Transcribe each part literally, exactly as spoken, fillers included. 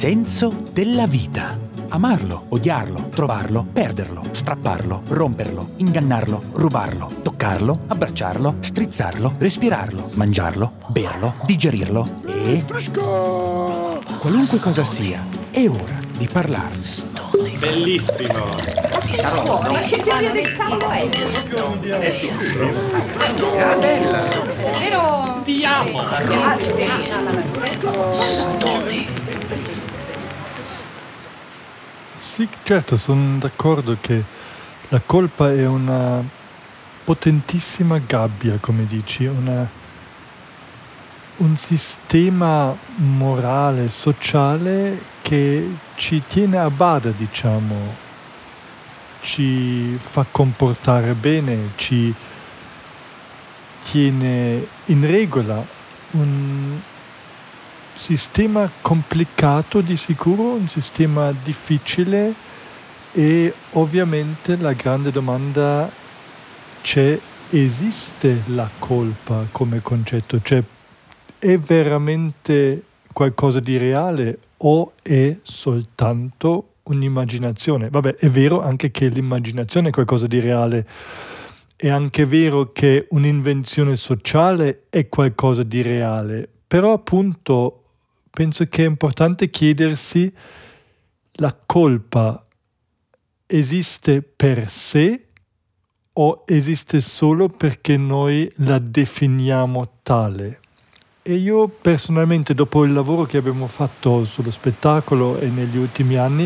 senso della vita. Amarlo, odiarlo, trovarlo, perderlo, strapparlo, romperlo, ingannarlo, rubarlo, toccarlo, abbracciarlo, strizzarlo, respirarlo, mangiarlo, berlo, digerirlo e... qualunque cosa sia, è ora di parlarne. Bellissimo! Che teoria del cavolo è? È sicuro? Bella! Vero? Ti amo! Sì, certo, sono d'accordo che la colpa è una potentissima gabbia, come dici, una, un sistema morale, sociale che ci tiene a bada, diciamo, ci fa comportare bene, ci tiene in regola. Un sistema complicato di sicuro, un sistema difficile, e ovviamente la grande domanda c'è: esiste la colpa come concetto? Cioè, è veramente qualcosa di reale o è soltanto un'immaginazione? Vabbè, è vero anche che l'immaginazione è qualcosa di reale, è anche vero che un'invenzione sociale è qualcosa di reale, però appunto penso che è importante chiedersi: la colpa esiste per sé o esiste solo perché noi la definiamo tale? E io personalmente, dopo il lavoro che abbiamo fatto sullo spettacolo e negli ultimi anni,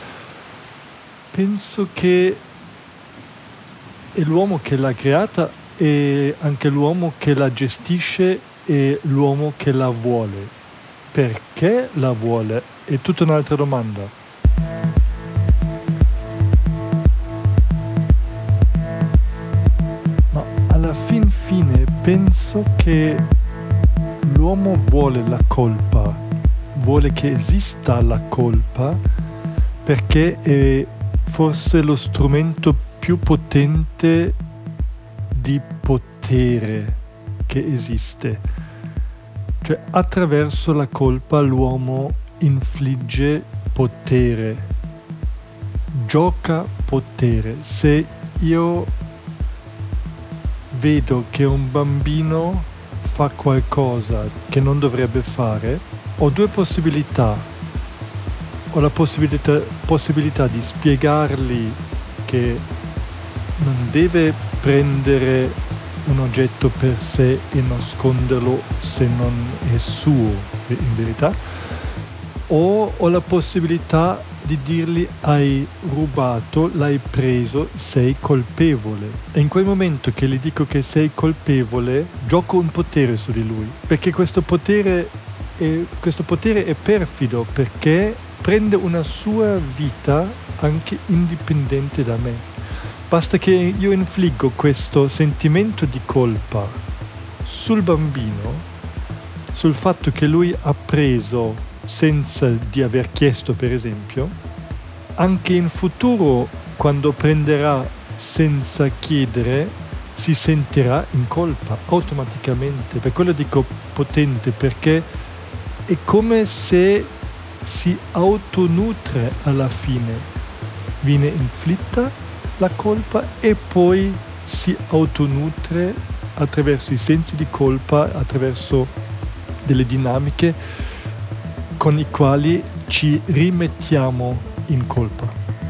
penso che è l'uomo che l'ha creata e anche l'uomo che la gestisce e l'uomo che la vuole. Perché la vuole? È tutta un'altra domanda. Ma alla fin fine penso che l'uomo vuole la colpa, vuole che esista la colpa, perché è forse lo strumento più potente di potere che esiste. Cioè, attraverso la colpa l'uomo infligge potere, gioca potere. Se io vedo che un bambino fa qualcosa che non dovrebbe fare, ho due possibilità. Ho la possibilità, possibilità di spiegargli che non deve prendere un oggetto per sé e nasconderlo se non è suo, in verità, o ho la possibilità di dirgli: hai rubato, l'hai preso, sei colpevole. E in quel momento che gli dico che sei colpevole, gioco un potere su di lui, perché questo potere è, questo potere è perfido, perché prende una sua vita anche indipendente da me. Basta che io infliggo questo sentimento di colpa sul bambino, sul fatto che lui ha preso senza di aver chiesto, per esempio. Anche in futuro, quando prenderà senza chiedere, si sentirà in colpa automaticamente. Per quello dico potente, perché è come se si autonutre alla fine. Viene inflitta la colpa e poi si autonutre attraverso i sensi di colpa, attraverso delle dinamiche con i quali ci rimettiamo in colpa.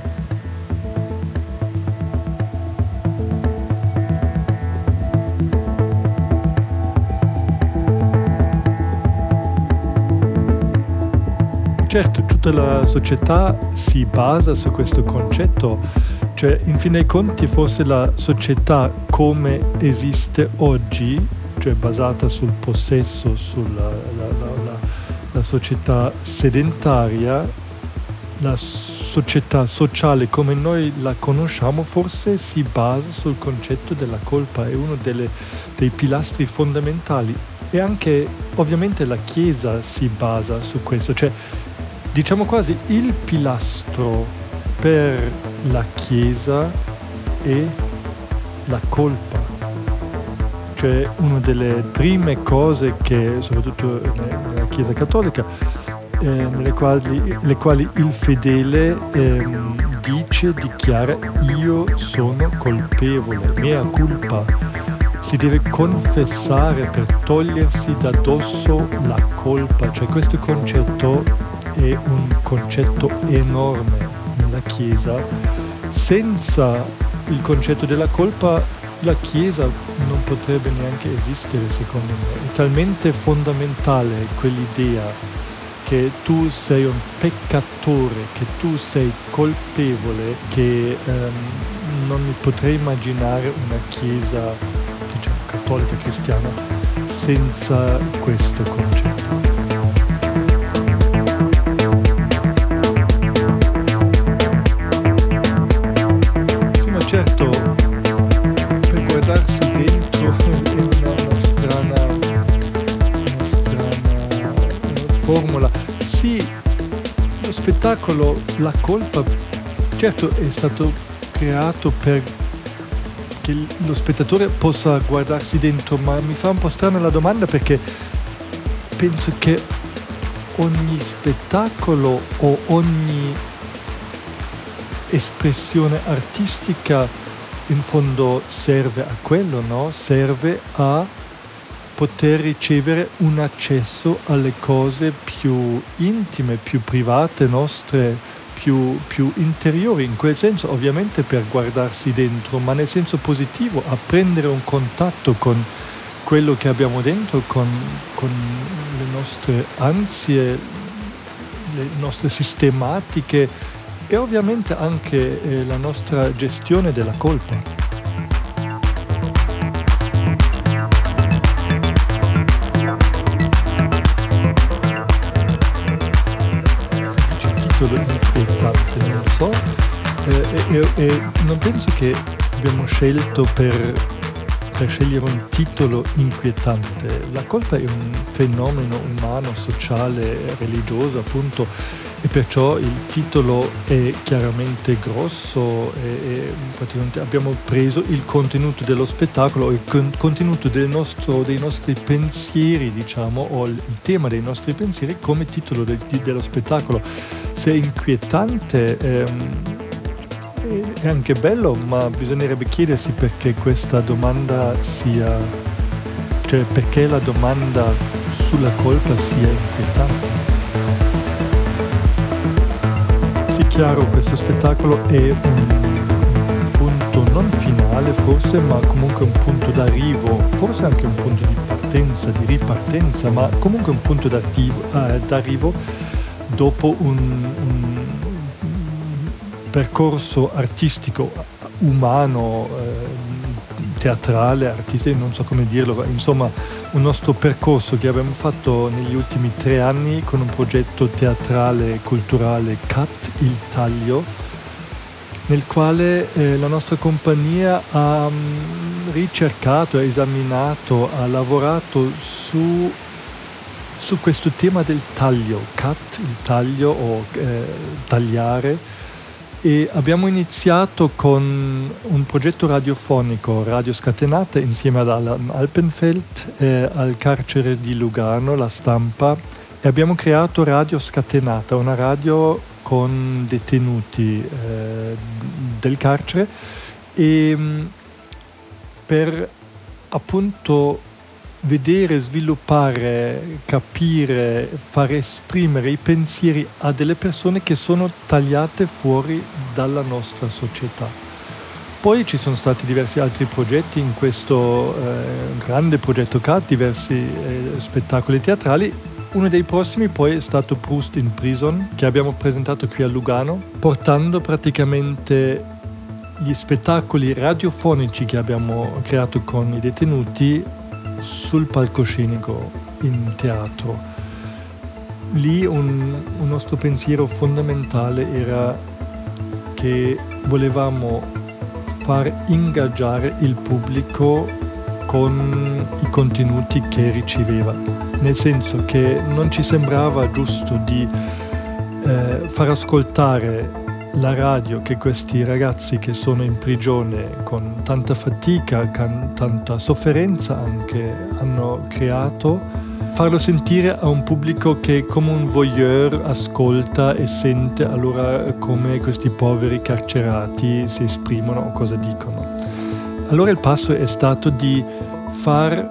Certo, tutta la società si basa su questo concetto. Cioè, in fin dei conti, forse la società come esiste oggi, cioè basata sul possesso, sulla la, la, la, la società sedentaria, la società sociale come noi la conosciamo, forse si basa sul concetto della colpa, è uno delle, dei pilastri fondamentali. E anche, ovviamente, la Chiesa si basa su questo, cioè, diciamo quasi il pilastro per la Chiesa è la colpa. Cioè, una delle prime cose che, soprattutto nella Chiesa cattolica, eh, nelle quali, le quali il fedele eh, dice, dichiara: io sono colpevole, mea culpa. Si deve confessare per togliersi da dosso la colpa. Cioè questo concetto è un concetto enorme nella Chiesa. Senza il concetto della colpa la Chiesa non potrebbe neanche esistere, secondo me. È talmente fondamentale quell'idea che tu sei un peccatore, che tu sei colpevole, che ehm, non mi potrei immaginare una Chiesa, diciamo, cattolica cristiana senza questo concetto. Sì, ma certo, per guardarsi dentro è una, una strana, una strana formula. Sì, lo spettacolo, la colpa, certo è stato creato per che lo spettatore possa guardarsi dentro, ma mi fa un po' strana la domanda, perché penso che ogni spettacolo o ogni espressione artistica in fondo serve a quello, no? Serve a poter ricevere un accesso alle cose più intime, più private nostre, più, più interiori, in quel senso ovviamente per guardarsi dentro, ma nel senso positivo, a prendere un contatto con quello che abbiamo dentro, con, con le nostre ansie, le nostre sistematiche e ovviamente anche eh, la nostra gestione della colpa. Inquietante, non so, e, e, e non penso che abbiamo scelto per, per scegliere un titolo inquietante. La colpa è un fenomeno umano, sociale, religioso, appunto, e perciò il titolo è chiaramente grosso e, e praticamente abbiamo preso il contenuto dello spettacolo, il con, contenuto del nostro, dei nostri pensieri, diciamo, o il tema dei nostri pensieri come titolo del, dello spettacolo. Se è inquietante ehm, è anche bello, ma bisognerebbe chiedersi perché questa domanda sia, cioè perché la domanda sulla colpa sia inquietante. Sì, chiaro, questo spettacolo è un punto non finale forse, ma comunque un punto d'arrivo, forse anche un punto di partenza, di ripartenza, ma comunque un punto d'arrivo, eh, d'arrivo dopo un, un percorso artistico, umano, eh, teatrale, artistico, non so come dirlo, insomma un nostro percorso che abbiamo fatto negli ultimi tre anni con un progetto teatrale culturale C A T, Il Taglio, nel quale eh, la nostra compagnia ha mh, ricercato, ha esaminato, ha lavorato su su questo tema del taglio, cut, il taglio o eh, tagliare, e abbiamo iniziato con un progetto radiofonico, Radio Scatenata, insieme ad Alan Alpenfeld, eh, al carcere di Lugano, La Stampa, e abbiamo creato Radio Scatenata, una radio con detenuti eh, del carcere, e mh, per appunto vedere, sviluppare, capire, far esprimere i pensieri a delle persone che sono tagliate fuori dalla nostra società. Poi ci sono stati diversi altri progetti in questo eh, grande progetto C A T, diversi eh, spettacoli teatrali. Uno dei prossimi poi è stato Proust in Prison, che abbiamo presentato qui a Lugano, portando praticamente gli spettacoli radiofonici che abbiamo creato con i detenuti sul palcoscenico in teatro. Lì un, un nostro pensiero fondamentale era che volevamo far ingaggiare il pubblico con i contenuti che riceveva, nel senso che non ci sembrava giusto di eh, far ascoltare la radio che questi ragazzi che sono in prigione con tanta fatica, con tanta sofferenza anche hanno creato, farlo sentire a un pubblico che come un voyeur ascolta e sente allora come questi poveri carcerati si esprimono o cosa dicono. Allora il passo è stato di far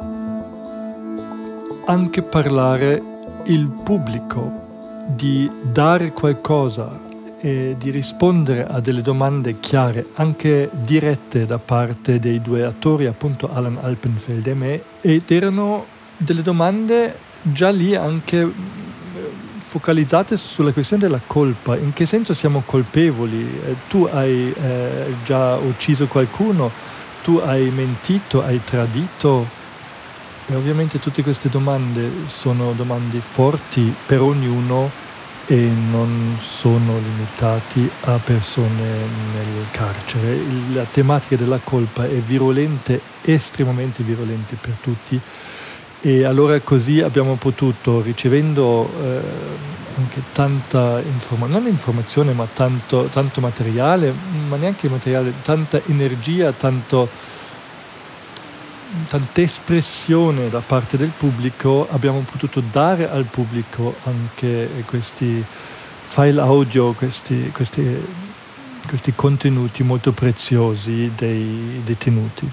anche parlare il pubblico, di dare qualcosa e di rispondere a delle domande chiare, anche dirette da parte dei due attori, appunto Alan Alpenfeld e me, ed erano delle domande già lì anche focalizzate sulla questione della colpa. In che senso siamo colpevoli? Eh, tu hai eh, già ucciso qualcuno, tu hai mentito, hai tradito. E ovviamente tutte queste domande sono domande forti per ognuno e non sono limitati a persone nel carcere. La tematica della colpa è virulente, estremamente virulente per tutti, e allora così abbiamo potuto, ricevendo eh, anche tanta informazione, non informazione ma tanto, tanto materiale, ma neanche materiale, tanta energia, tanto tanta espressione da parte del pubblico, abbiamo potuto dare al pubblico anche questi file audio, questi, questi, questi contenuti molto preziosi dei detenuti.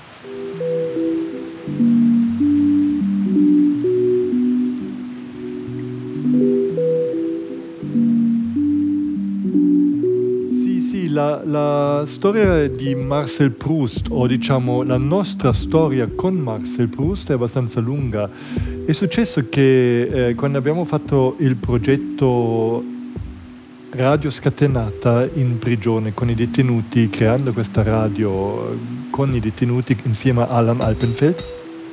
La, la storia di Marcel Proust, o diciamo la nostra storia con Marcel Proust, è abbastanza lunga. È successo che eh, quando abbiamo fatto il progetto Radio Scatenata in prigione con i detenuti, creando questa radio con i detenuti insieme a Alan Alpenfeld,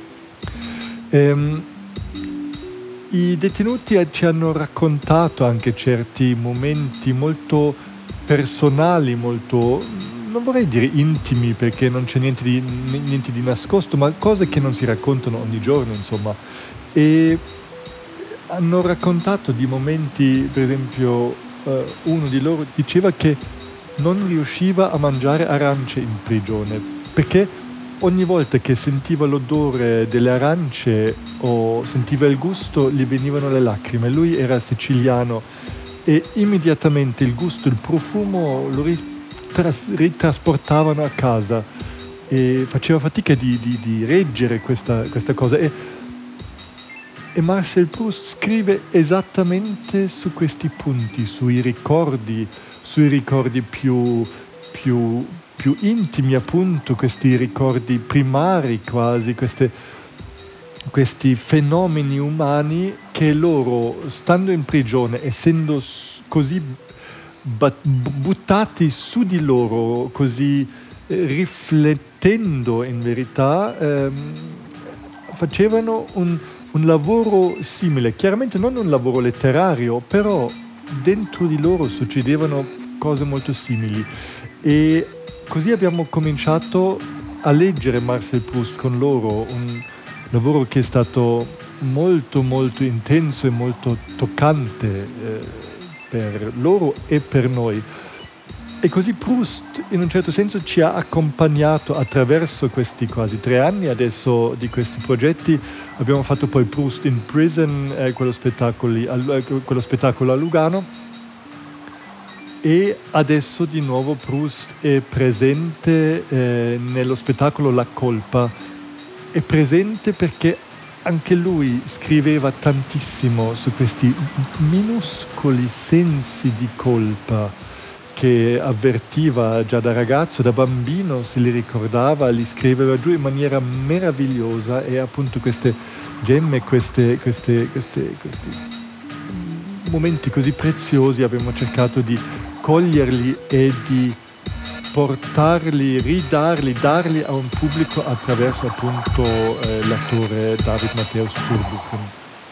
ehm, i detenuti ci hanno raccontato anche certi momenti molto personali, molto, non vorrei dire intimi perché non c'è niente di, niente di nascosto, ma cose che non si raccontano ogni giorno, insomma. E hanno raccontato di momenti, per esempio, eh, uno di loro diceva che non riusciva a mangiare arance in prigione perché ogni volta che sentiva l'odore delle arance o sentiva il gusto gli venivano le lacrime. Lui era siciliano e immediatamente il gusto, il profumo lo ritras- ritrasportavano a casa e faceva fatica di, di, di reggere questa, questa cosa. E, e Marcel Proust scrive esattamente su questi punti, sui ricordi, sui ricordi più, più, più intimi, appunto, questi ricordi primari quasi, queste questi fenomeni umani che loro, stando in prigione, essendo così buttati su di loro, così eh, riflettendo in verità, ehm, facevano un, un lavoro simile, chiaramente non un lavoro letterario, però dentro di loro succedevano cose molto simili. E così abbiamo cominciato a leggere Marcel Proust con loro, un lavoro che è stato molto molto intenso e molto toccante eh, per loro e per noi. E così Proust in un certo senso ci ha accompagnato attraverso questi quasi tre anni adesso di questi progetti. Abbiamo fatto poi Proust in Prison, eh, quello, spettacoli, eh, quello spettacolo a Lugano, e adesso di nuovo Proust è presente eh, nello spettacolo La Colpa. È presente perché anche lui scriveva tantissimo su questi minuscoli sensi di colpa che avvertiva già da ragazzo, da bambino se li ricordava, li scriveva giù in maniera meravigliosa, e appunto queste gemme, queste, queste, queste, questi momenti così preziosi abbiamo cercato di coglierli e di portarli, ridarli, darli a un pubblico attraverso appunto eh, l'attore David Matthäus Zurbuchen.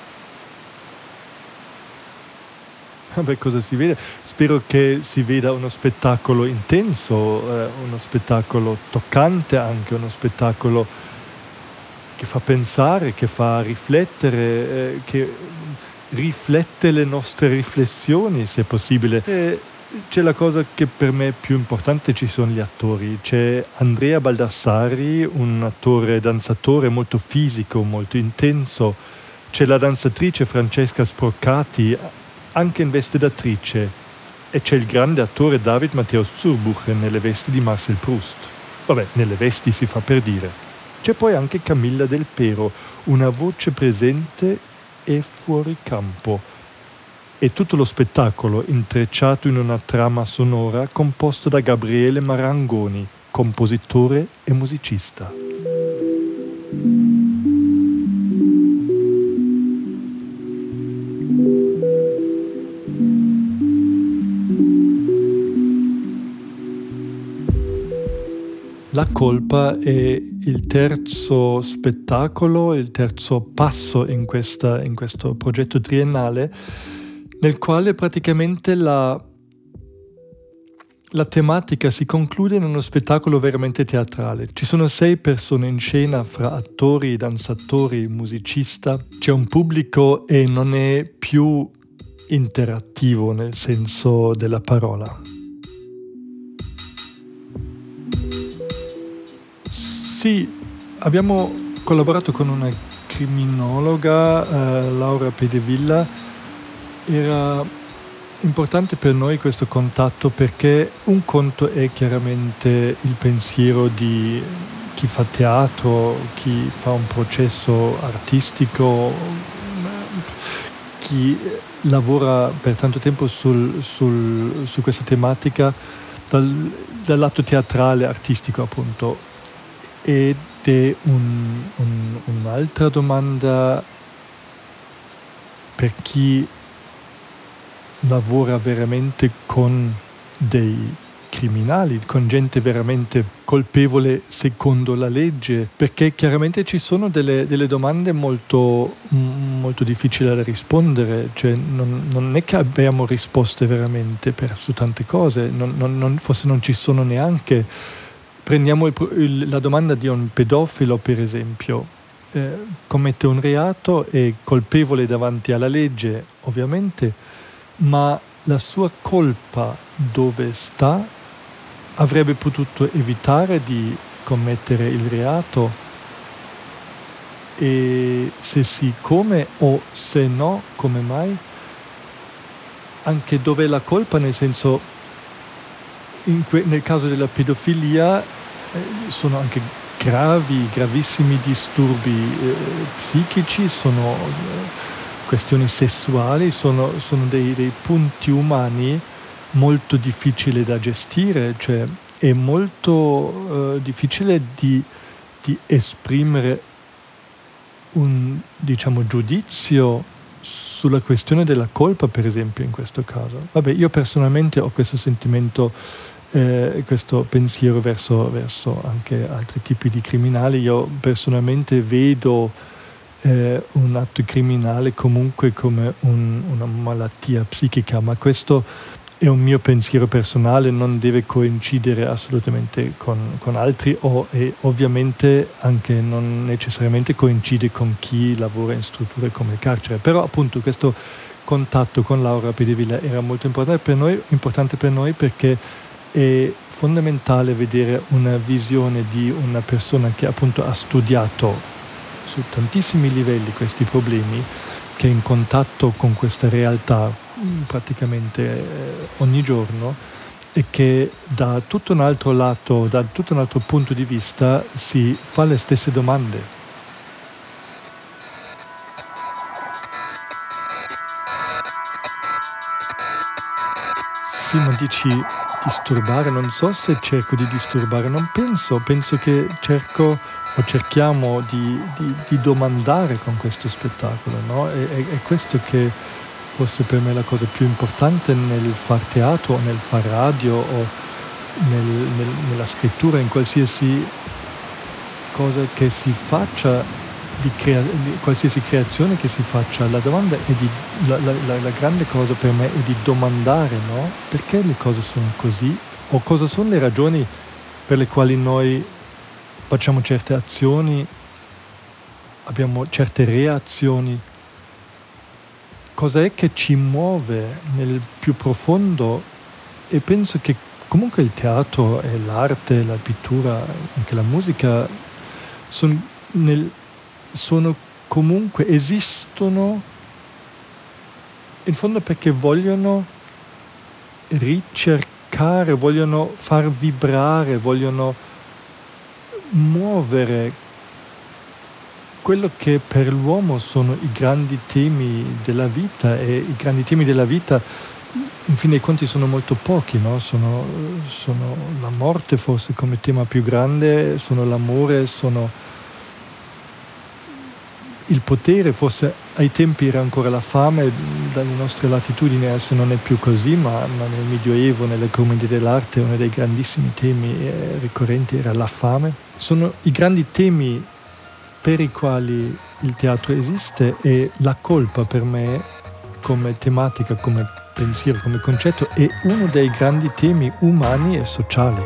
Vabbè, cosa si vede? Spero che si veda uno spettacolo intenso, eh, uno spettacolo toccante, anche uno spettacolo che fa pensare, che fa riflettere, eh, che riflette le nostre riflessioni, se possibile. E c'è la cosa che per me è più importante, ci sono gli attori. C'è Andrea Baldassari, un attore danzatore molto fisico, molto intenso. C'è la danzatrice Francesca Sproccati, anche in veste d'attrice, e c'è il grande attore David Matthäus Zurbucher nelle vesti di Marcel Proust. Vabbè, nelle vesti si fa per dire. C'è poi anche Camilla Del Pero, una voce presente e fuori campo. E tutto lo spettacolo intrecciato in una trama sonora composta da Gabriele Marangoni, compositore e musicista. La colpa è il terzo spettacolo, il terzo passo in, questa, in questo progetto triennale, nel quale praticamente la, la tematica si conclude in uno spettacolo veramente teatrale. Ci sono sei persone in scena, fra attori, danzatori, musicista. C'è un pubblico e non è più interattivo nel senso della parola. Sì, abbiamo collaborato con una criminologa, eh, Laura Pedevilla. Era importante per noi questo contatto perché un conto è chiaramente il pensiero di chi fa teatro, chi fa un processo artistico, chi lavora per tanto tempo sul, sul, su questa tematica dal, dal lato teatrale, artistico appunto. Ed è un, un, un'altra domanda per chi lavora veramente con dei criminali, con gente veramente colpevole secondo la legge, perché chiaramente ci sono delle, delle domande molto, molto difficili da rispondere, cioè non, non è che abbiamo risposte veramente per, su tante cose, non, non, non, forse non ci sono neanche. Prendiamo il, il, la domanda di un pedofilo, per esempio, eh, commette un reato, è colpevole davanti alla legge, ovviamente, ma la sua colpa dove sta? Avrebbe potuto evitare di commettere il reato? E se sì, come? O se no, come mai? Anche dov'è la colpa, nel senso, in que- nel caso della pedofilia, sono anche gravi, gravissimi disturbi eh, psichici, sono eh, questioni sessuali, sono, sono dei, dei punti umani molto difficili da gestire, cioè è molto eh, difficile di, di esprimere un, diciamo, giudizio sulla questione della colpa, per esempio, in questo caso. Vabbè, io personalmente ho questo sentimento, Eh, questo pensiero verso, verso anche altri tipi di criminali. Io personalmente vedo eh, un atto criminale comunque come un, una malattia psichica, ma questo è un mio pensiero personale, non deve coincidere assolutamente con, con altri o e ovviamente anche non necessariamente coincide con chi lavora in strutture come il carcere. Però appunto questo contatto con Laura Pedevilla era molto importante per noi, importante per noi perché è fondamentale vedere una visione di una persona che appunto ha studiato su tantissimi livelli questi problemi, che è in contatto con questa realtà praticamente eh, ogni giorno e che da tutto un altro lato, da tutto un altro punto di vista si fa le stesse domande. Sì, ma dici disturbare, non so se cerco di disturbare, non penso, penso che cerco o cerchiamo di, di, di domandare con questo spettacolo, no? È, è, è questo che forse per me è la cosa più importante nel far teatro o nel far radio o nel, nel, nella scrittura, in qualsiasi cosa che si faccia, di crea- di qualsiasi creazione che si faccia. La domanda è di la, la, la, la grande cosa per me è di domandare, no? Perché le cose sono così? O cosa sono le ragioni per le quali noi facciamo certe azioni, abbiamo certe reazioni? Cos'è che ci muove nel più profondo? E penso che comunque il teatro e l'arte, la pittura, anche la musica sono nel sono comunque esistono in fondo perché vogliono ricercare, vogliono far vibrare, vogliono muovere quello che per l'uomo sono i grandi temi della vita, e i grandi temi della vita in fin dei conti sono molto pochi, no? Sono, sono la morte forse come tema più grande, sono l'amore, sono il potere, forse ai tempi era ancora la fame, dalle nostre latitudini adesso non è più così, ma, ma nel Medioevo, nelle commedie dell'arte, uno dei grandissimi temi eh, ricorrenti era la fame. Sono i grandi temi per i quali il teatro esiste, e la colpa per me come tematica, come pensiero, come concetto è uno dei grandi temi umani e sociali.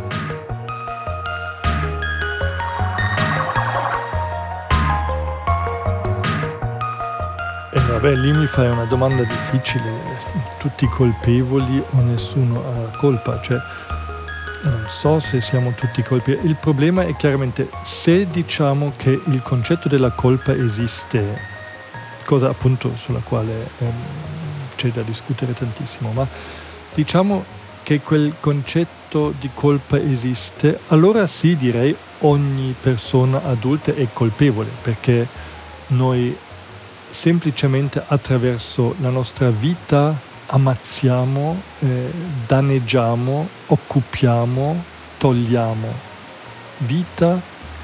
E vabbè, lì mi fai una domanda difficile, tutti colpevoli o nessuno ha colpa, cioè non so se siamo tutti colpevoli. Il problema è chiaramente se diciamo che il concetto della colpa esiste, cosa appunto sulla quale ehm, c'è da discutere tantissimo, ma diciamo che quel concetto di colpa esiste, allora sì, direi ogni persona adulta è colpevole, perché noi semplicemente attraverso la nostra vita ammazziamo, eh, danneggiamo, occupiamo, togliamo vita,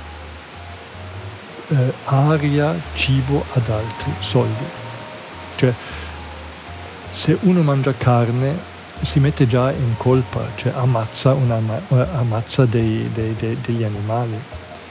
eh, aria, cibo ad altri, soldi. Cioè, se uno mangia carne si mette già in colpa, cioè ammazza, una, ammazza dei, dei, dei, degli animali.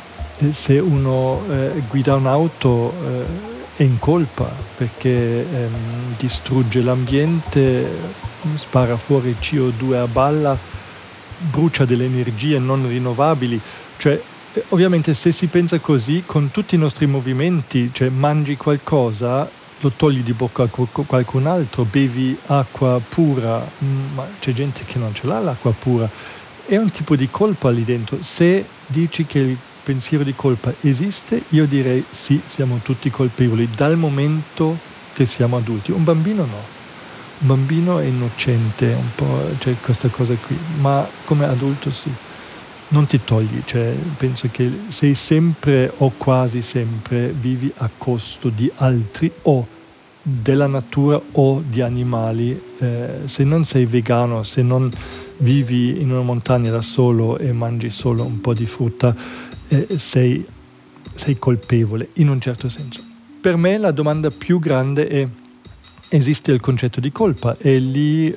E se uno eh, guida un'auto eh, è in colpa perché ehm, distrugge l'ambiente, spara fuori C O due a balla, brucia delle energie non rinnovabili. Cioè, ovviamente se si pensa così, con tutti i nostri movimenti, cioè mangi qualcosa, lo togli di bocca a qualcun altro, bevi acqua pura, ma c'è gente che non ce l'ha l'acqua pura. È un tipo di colpa lì dentro. Se dici che il pensiero di colpa esiste, io direi sì, siamo tutti colpevoli dal momento che siamo adulti. Un bambino no, un bambino è innocente, un po' c'è questa cosa qui, ma come adulto sì, non ti togli, cioè penso che sei sempre o quasi sempre vivi a costo di altri o della natura o di animali. Eh, se non sei vegano, se non vivi in una montagna da solo e mangi solo un po' di frutta, Eh, sei, sei colpevole in un certo senso. Per me la domanda più grande è: esiste il concetto di colpa? E lì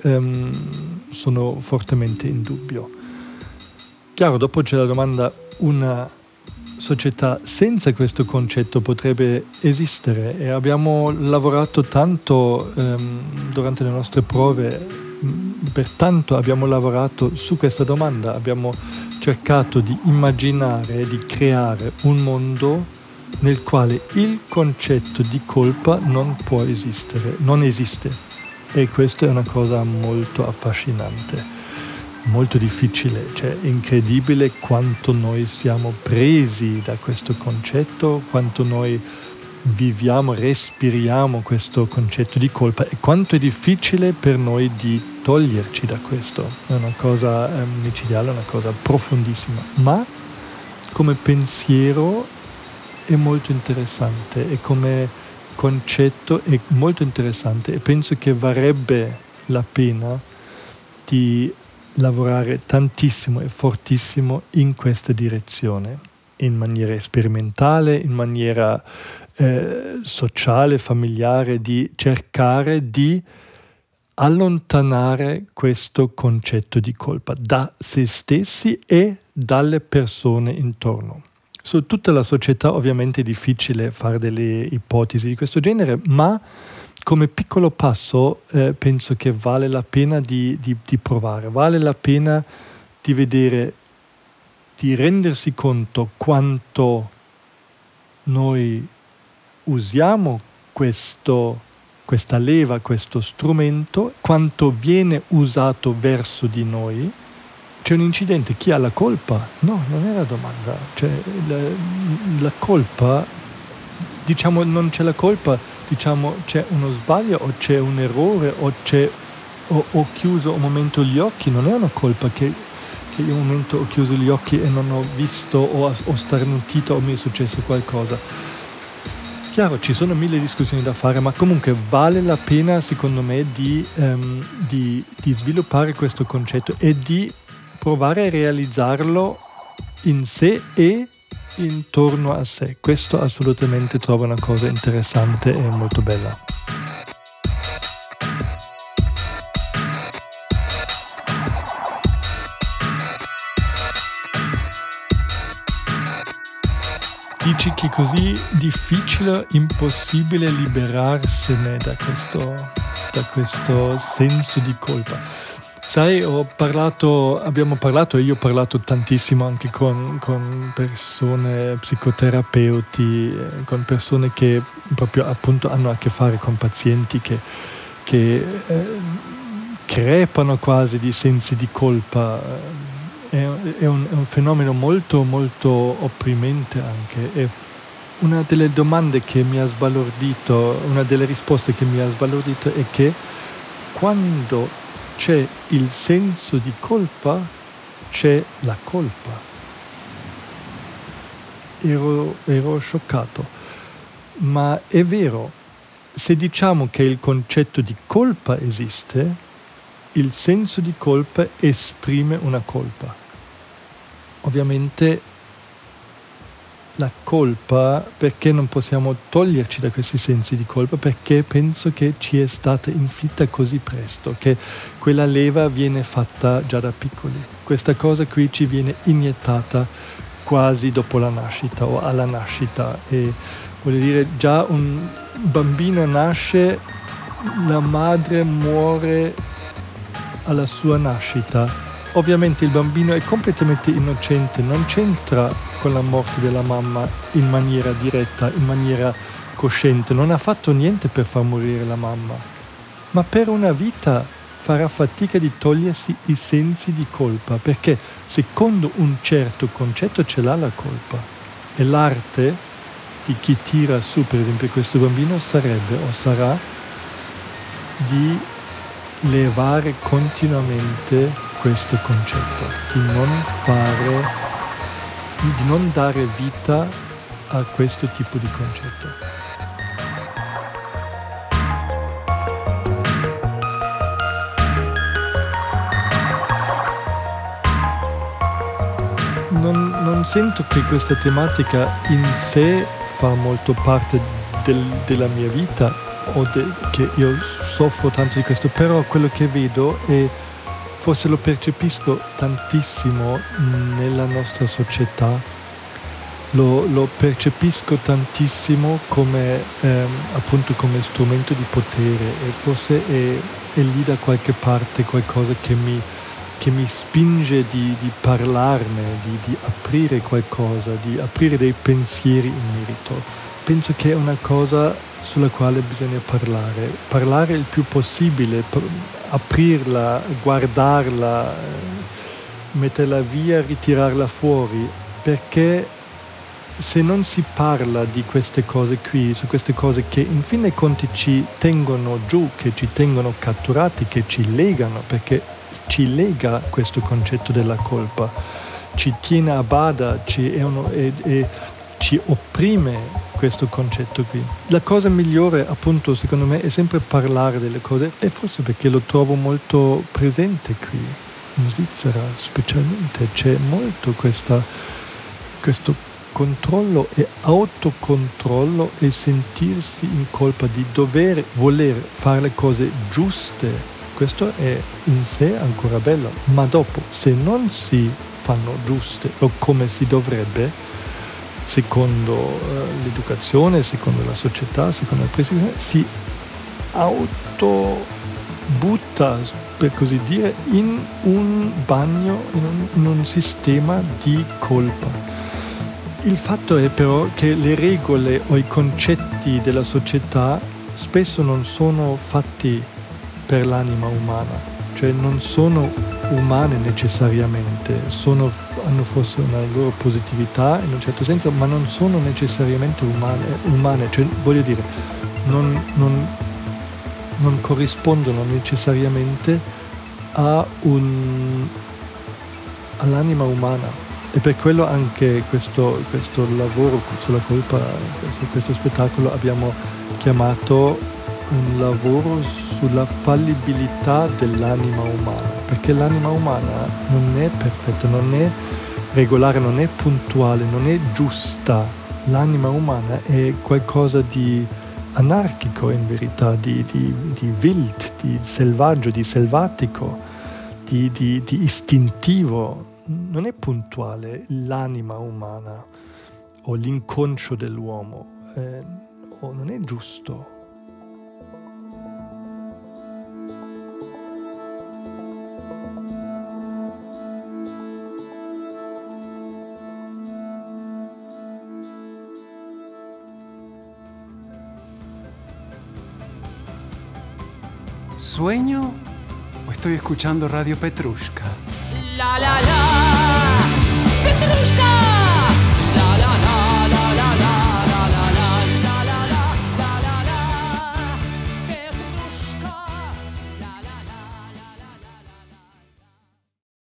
um, sono fortemente in dubbio. Chiaro, dopo c'è la domanda: una società senza questo concetto potrebbe esistere? E abbiamo lavorato tanto um, durante le nostre prove, pertanto abbiamo lavorato su questa domanda, abbiamo cercato di immaginare, di creare un mondo nel quale il concetto di colpa non può esistere, non esiste. E questa è una cosa molto affascinante, molto difficile, cioè è incredibile quanto noi siamo presi da questo concetto, quanto noi viviamo, respiriamo questo concetto di colpa e quanto è difficile per noi di toglierci da questo. È una cosa eh, micidiale, una cosa profondissima, ma come pensiero è molto interessante e come concetto è molto interessante, e penso che varrebbe la pena di lavorare tantissimo e fortissimo in questa direzione, in maniera sperimentale, in maniera eh, sociale, familiare, di cercare di allontanare questo concetto di colpa da se stessi e dalle persone intorno. Su tutta la società ovviamente è difficile fare delle ipotesi di questo genere, ma come piccolo passo eh, penso che vale la pena di, di, di provare, vale la pena di vedere, di rendersi conto quanto noi usiamo questo, questa leva, questo strumento, quanto viene usato verso di noi. C'è un incidente, chi ha la colpa? No, non è la domanda. Cioè, la, la colpa diciamo non c'è la colpa, diciamo c'è uno sbaglio o c'è un errore o c'è ho, ho chiuso un momento gli occhi, non è una colpa che, che io un momento ho chiuso gli occhi e non ho visto o ho starnutito o mi è successo qualcosa. Chiaro, ci sono mille discussioni da fare, ma comunque vale la pena secondo me di, um, di, di sviluppare questo concetto e di provare a realizzarlo in sé e intorno a sé. Questo assolutamente trovo una cosa interessante e molto bella. Dici che è così difficile, impossibile liberarsene da questo, da questo senso di colpa. Sai, ho parlato, abbiamo parlato e io ho parlato tantissimo anche con, con persone, psicoterapeuti, con persone che proprio appunto hanno a che fare con pazienti che, che eh, crepano quasi di sensi di colpa. È, è, un, è un fenomeno molto molto opprimente anche. E una delle domande che mi ha sbalordito, una delle risposte che mi ha sbalordito è che quando c'è il senso di colpa, c'è la colpa. Ero, ero scioccato. Ma è vero, se diciamo che il concetto di colpa esiste, il senso di colpa esprime una colpa. Ovviamente la colpa, perché non possiamo toglierci da questi sensi di colpa? Perché penso che ci è stata inflitta così presto, che quella leva viene fatta già da piccoli. Questa cosa qui ci viene iniettata quasi dopo la nascita o alla nascita. E voglio dire, già un bambino nasce, la madre muore alla sua nascita. Ovviamente il bambino è completamente innocente, non c'entra con la morte della mamma in maniera diretta, in maniera cosciente, non ha fatto niente per far morire la mamma, ma per una vita farà fatica di togliersi i sensi di colpa, perché secondo un certo concetto ce l'ha la colpa. E l'arte di chi tira su, per esempio, questo bambino sarebbe o sarà di levare continuamente questo concetto, di non fare, di non dare vita a questo tipo di concetto. Non, non sento che questa tematica in sé fa molto parte del, della mia vita o de, che io soffro tanto di questo, però quello che vedo è, forse lo percepisco tantissimo nella nostra società, lo, lo percepisco tantissimo come ehm, appunto come strumento di potere, e forse è, è lì da qualche parte qualcosa che mi, che mi spinge di, di parlarne, di, di aprire qualcosa, di aprire dei pensieri in merito. Penso che è una cosa sulla quale bisogna parlare, parlare il più possibile, aprirla, guardarla, metterla via, ritirarla fuori, perché se non si parla di queste cose qui, su queste cose che in fin dei conti ci tengono giù, che ci tengono catturati, che ci legano, perché ci lega questo concetto della colpa, ci tiene a bada, ci, è uno, è, è, ci opprime questo concetto qui. La cosa migliore, appunto, secondo me, è sempre parlare delle cose, e forse perché lo trovo molto presente qui in Svizzera, specialmente c'è molto questa, questo controllo e autocontrollo e sentirsi in colpa di dover, voler fare le cose giuste. Questo è in sé ancora bello, ma dopo, se non si fanno giuste o come si dovrebbe, secondo uh, l'educazione, secondo la società, secondo la prescrizione, si autobutta, per così dire, in un bagno, in un, in un sistema di colpa. Il fatto è però che le regole o i concetti della società spesso non sono fatti per l'anima umana, cioè non sono umane necessariamente, sono, hanno forse una loro positività in un certo senso, ma non sono necessariamente umane, umane. Cioè, voglio dire, non, non, non corrispondono necessariamente a un, all'anima umana. E per quello anche questo, questo lavoro sulla colpa, questo, questo spettacolo abbiamo chiamato un lavoro sulla fallibilità dell'anima umana, perché l'anima umana non è perfetta, non è regolare, non è puntuale, non è giusta. L'anima umana è qualcosa di anarchico in verità, di, di, di wild, di selvaggio, di selvatico, di, di, di istintivo. Non è puntuale l'anima umana o l'inconscio dell'uomo, eh, o non è giusto. ¿Sueño o estoy escuchando Radio Petrushka? La la la.